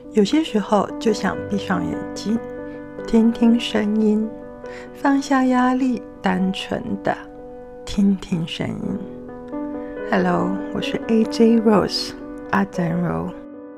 有些时候就想闭上眼睛，听听声音，放下压力，单纯的听听声音。Hello， 我是 AJ Rose 阿赞柔。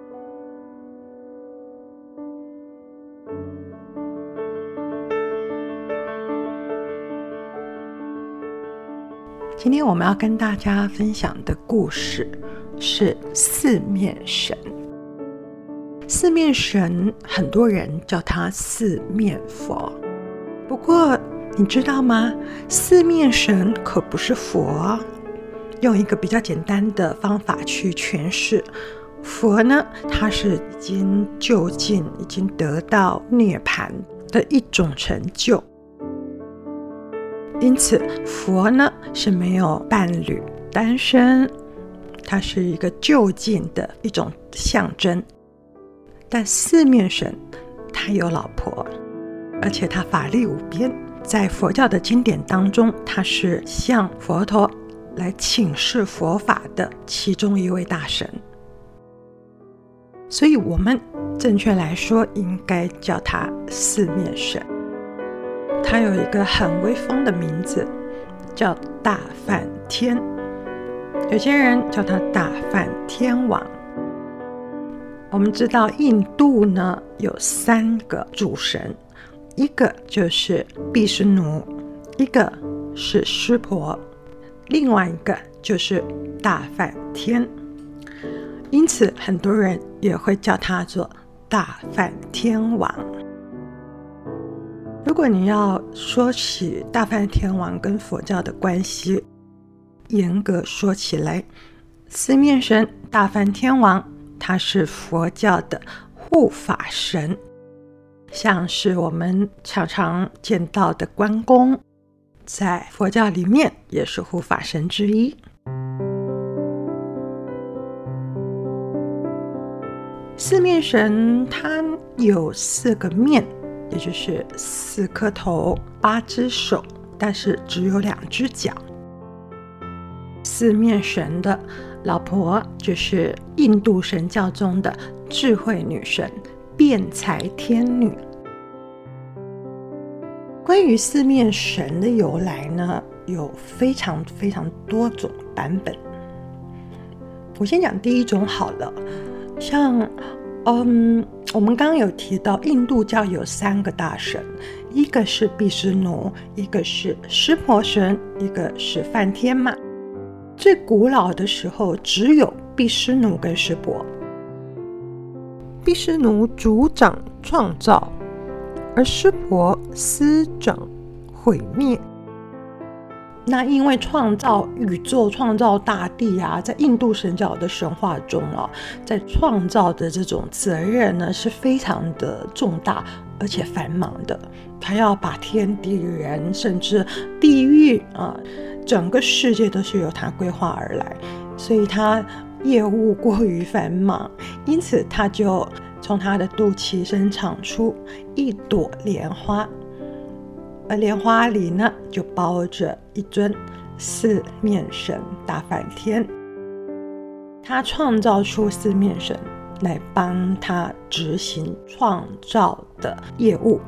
今天我们要跟大家分享的故事是四面神。四面神，很多人叫他四面佛。不过你知道吗？四面神可不是佛。用一个比较简单的方法去诠释，佛呢，他是已经就近，已经得到涅槃的一种成就。因此佛呢是没有伴侣，单身，它是一个就近的一种象征。但四面神他有老婆，而且他法力无边，在佛教的经典当中，他是向佛陀来请示佛法的其中一位大神。所以我们正确来说应该叫他四面神。他有一个很威风的名字，叫大梵天，有些人叫他大梵天王。我们知道印度呢有三个主神，一个就是毗湿奴，一个是湿婆，另外一个就是大梵天。因此很多人也会叫他做大梵天王。如果你要说起大梵天王跟佛教的关系，严格说起来，四面神大梵天王他是佛教的护法神，像是我们常常见到的关公，在佛教里面也是护法神之一。四面神他有四个面，也就是四颗头，8只手，但是只有2只脚。四面神的老婆就是印度神教中的智慧女神辩才天女。关于四面神的由来呢，有非常非常多种版本。我先讲第一种好了。像我们刚刚有提到印度教有3个大神，一个是毗湿奴，一个是湿婆神，一个是梵天嘛。最古老的时候只有毗湿奴跟湿婆。毗湿奴主掌创造，而湿婆司掌毁灭。那因为创造宇宙、创造大地啊，在印度神教的神话中啊，在创造的这种责任呢是非常的重大而且繁忙的。他要把天地人甚至地狱啊，整个世界都是由他规划而来，所以他业务过于繁忙，因此他就从他的肚脐生长出一朵莲花，而莲花里呢就包着一尊四面神大梵天。他创造出四面神来帮他执行创造的业务。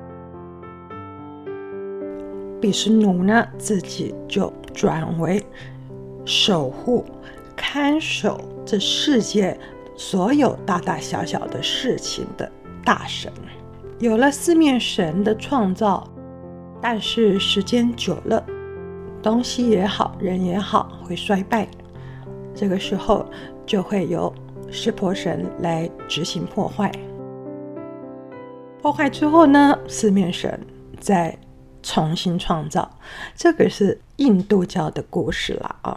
毗湿奴呢自己就转为守护看守这世界所有大大小小的事情的大神。有了四面神的创造，但是时间久了，东西也好，人也好，会衰败。这个时候就会由湿婆神来执行破坏。破坏之后呢，四面神再重新创造。这个是印度教的故事啦啊。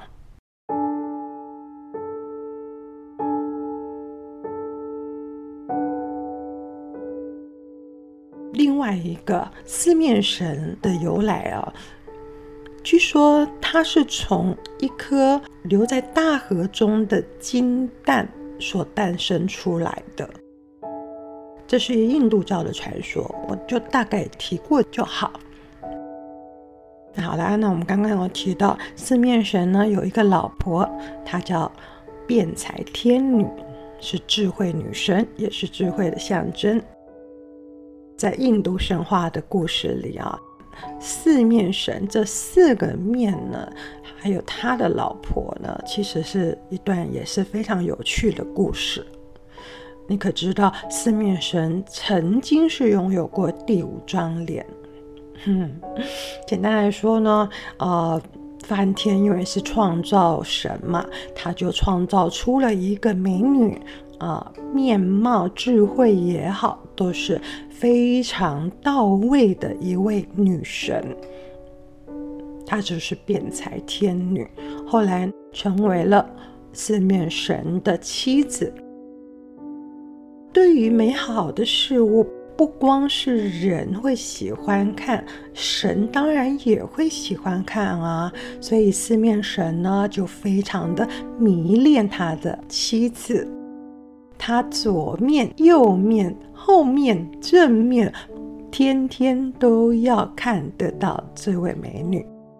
另外一个四面神的由来啊，据说它是从一颗留在大河中的金蛋所诞生出来的。这是印度教的传说，我就大概提过就好。好啦，那我们刚刚有提到四面神呢有一个老婆，她叫辩才天女。 是智慧女神，也是智慧的象征。在印度神话的故事里啊，四面神这4个面呢，还有他的老婆呢，其实是一段也是非常有趣的故事。你可知道四面神曾经是拥有过第5张脸？简单来说呢，梵天因为是创造神嘛，他就创造出了一个美女，面貌智慧也好，都是非常到位的一位女神。她就是辩才天女，后来成为了四面神的妻子。对于美好的事物，不光是人会喜欢看，神当然也会喜欢看啊。所以四面神呢，就非常的迷恋他的妻子。他左面、右面、后面、正面，天天都要看得到这位美女。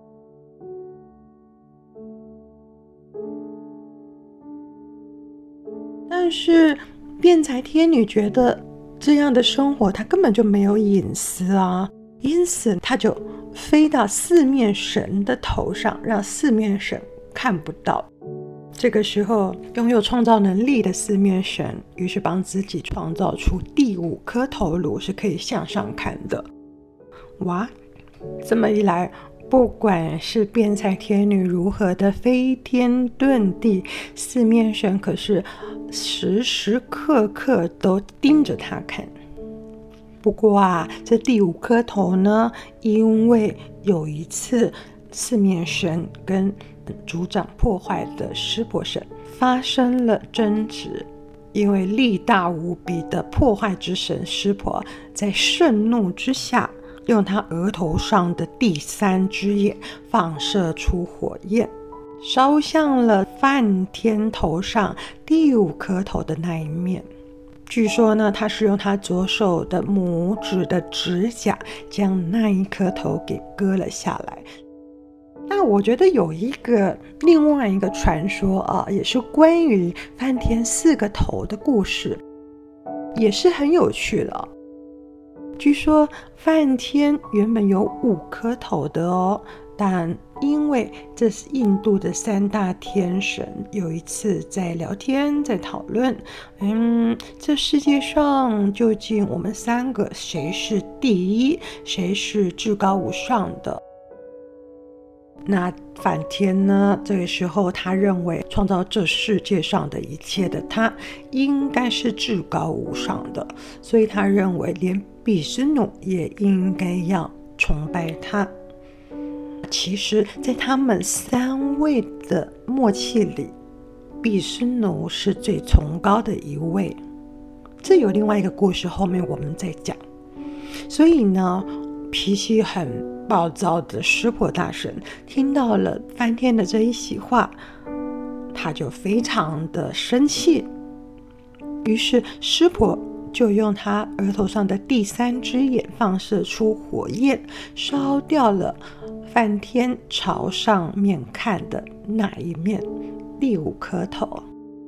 但是辩才天女觉得这样的生活她根本就没有隐私啊，因此她就飞到四面神的头上，让四面神看不到。这个时候拥有创造能力的四面神于是帮自己创造出第5颗头颅，是可以向上看的。哇，这么一来，不管是辩才天女如何的飞天遁地，四面神可是时时刻刻都盯着他看。不过啊，这第5颗头呢，因为有一次四面神跟主掌破坏的湿婆神发生了争执，因为力大无比的破坏之神湿婆在盛怒之下，用他额头上的第3只眼放射出火焰，烧向了梵天头上第5颗头的那一面。据说呢，他是用他左手的拇指的指甲将那一颗头给割了下来。那我觉得有另外一个传说啊，也是关于梵天4个头的故事，也是很有趣的。据说梵天原本有5颗头的哦，但因为这是印度的3大天神有一次在聊天，在讨论，这世界上究竟我们3个谁是第1，谁是至高无上的？那梵天呢，这个时候他认为创造这世界上的一切的他应该是至高无上的，所以他认为连比湿奴也应该要崇拜他。其实在他们3位的默契里，比湿奴是最崇高的一位。这有另外一个故事，后面我们再讲。所以呢，脾气很暴躁的湿婆大神听到了梵天的这一席话，他就非常的生气。于是湿婆就用他额头上的第3只眼放射出火焰，烧掉了梵天朝上面看的那一面第5颗头。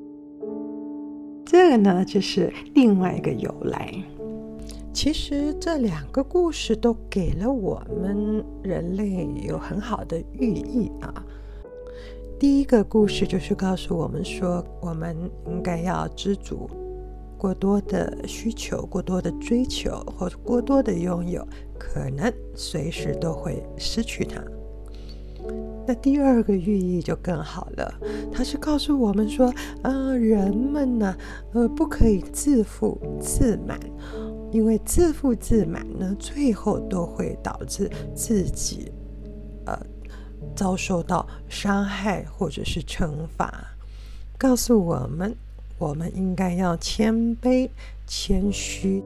这个呢，就是另外一个由来。其实这2个故事都给了我们人类有很好的寓意啊。第一个故事就是告诉我们说，我们应该要知足，过多的需求、过多的追求或者过多的拥有，可能随时都会失去它。那第2个寓意就更好了，它是告诉我们说，人们呢，不可以自负自满，因为自负自满呢，最后都会导致自己遭受到伤害或者是惩罚。告诉我们，我们应该要谦卑、谦虚。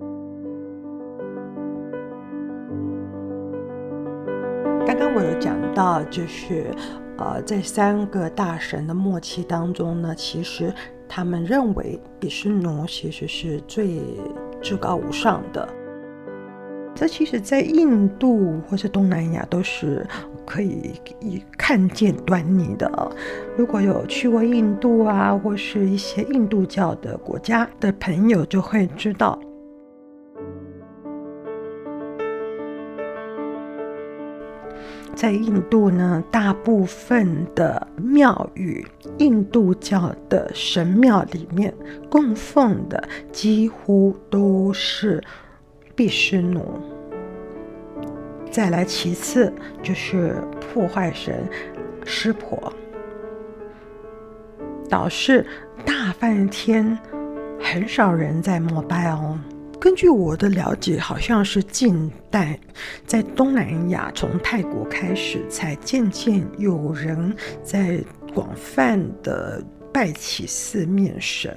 刚刚我有讲到，就是在3个大神的默契当中呢，其实他们认为比湿奴其实是最至高无上的。这其实在印度或是东南亚都是可以看见端倪的哦。如果有去过印度啊，或是一些印度教的国家的朋友就会知道，在印度呢，大部分的庙宇，印度教的神庙里面供奉的几乎都是毗湿奴。再来其次就是破坏神湿婆，导致大梵天很少人在膜拜哦。根据我的了解，好像是近代在东南亚，从泰国开始，才渐渐有人在广泛的拜起四面神。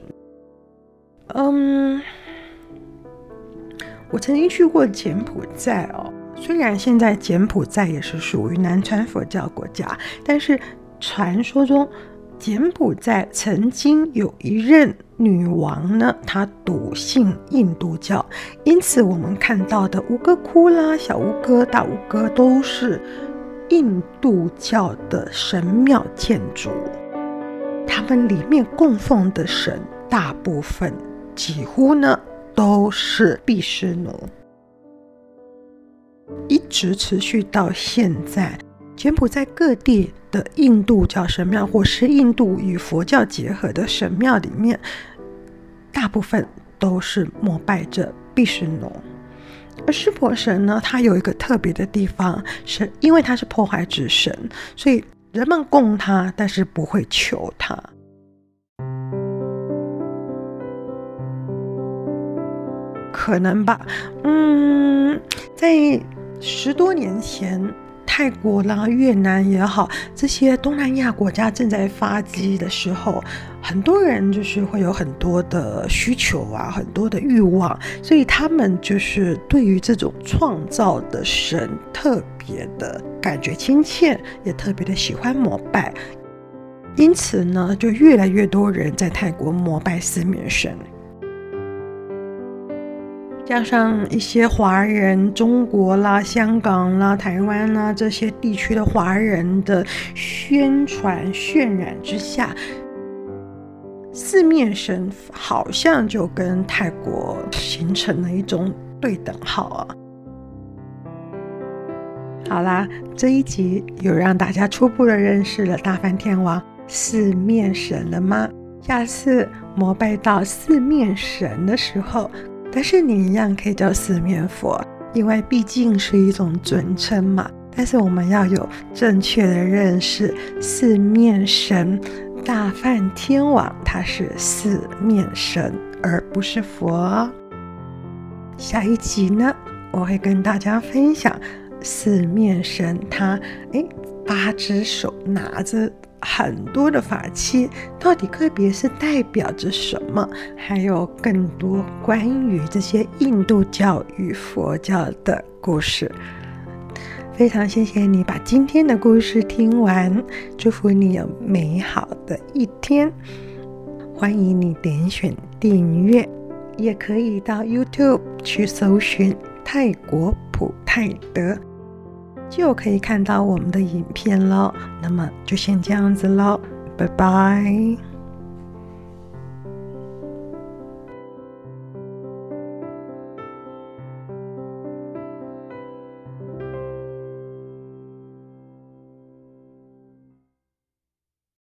我曾经去过柬埔寨哦，虽然现在柬埔寨也是属于南传佛教国家，但是传说中柬埔寨曾经有一任女王呢，她笃信印度教，因此我们看到的吴哥窟啦、小吴哥、大吴哥都是印度教的神庙建筑，他们里面供奉的神大部分几乎呢都是毗湿奴，一直持续到现在。柬埔寨各地的印度教神庙，或是印度与佛教结合的神庙里面，大部分都是膜拜着毗湿奴。而湿婆神呢，它有一个特别的地方，是因为它是破坏之神，所以人们供它，但是不会求它。可能吧，在10多年前，泰国啦、越南也好，这些东南亚国家正在发迹的时候，很多人就是会有很多的需求啊，很多的欲望，所以他们就是对于这种创造的神特别的感觉亲切，也特别的喜欢膜拜。因此呢，就越来越多人在泰国膜拜四面神。加上一些华人，中国啦、香港啦、台湾啦这些地区的华人的宣传渲染之下，四面神好像就跟泰国形成了一种对等号啊。好啦，这一集有让大家初步的认识了大梵天王四面神了吗？下次膜拜到四面神的时候，但是你一样可以叫四面佛，因为毕竟是一种尊称嘛。但是我们要有正确的认识，四面神大梵天王他是四面神，而不是佛。下一集呢，我会跟大家分享四面神他8只手拿着很多的法器，到底个别是代表着什么，还有更多关于这些印度教与佛教的故事。非常谢谢你把今天的故事听完，祝福你有美好的一天。欢迎你点选订阅，也可以到 YouTube 去搜寻泰国普泰德，就可以看到我们的影片咯。那么就先这样子咯，拜拜。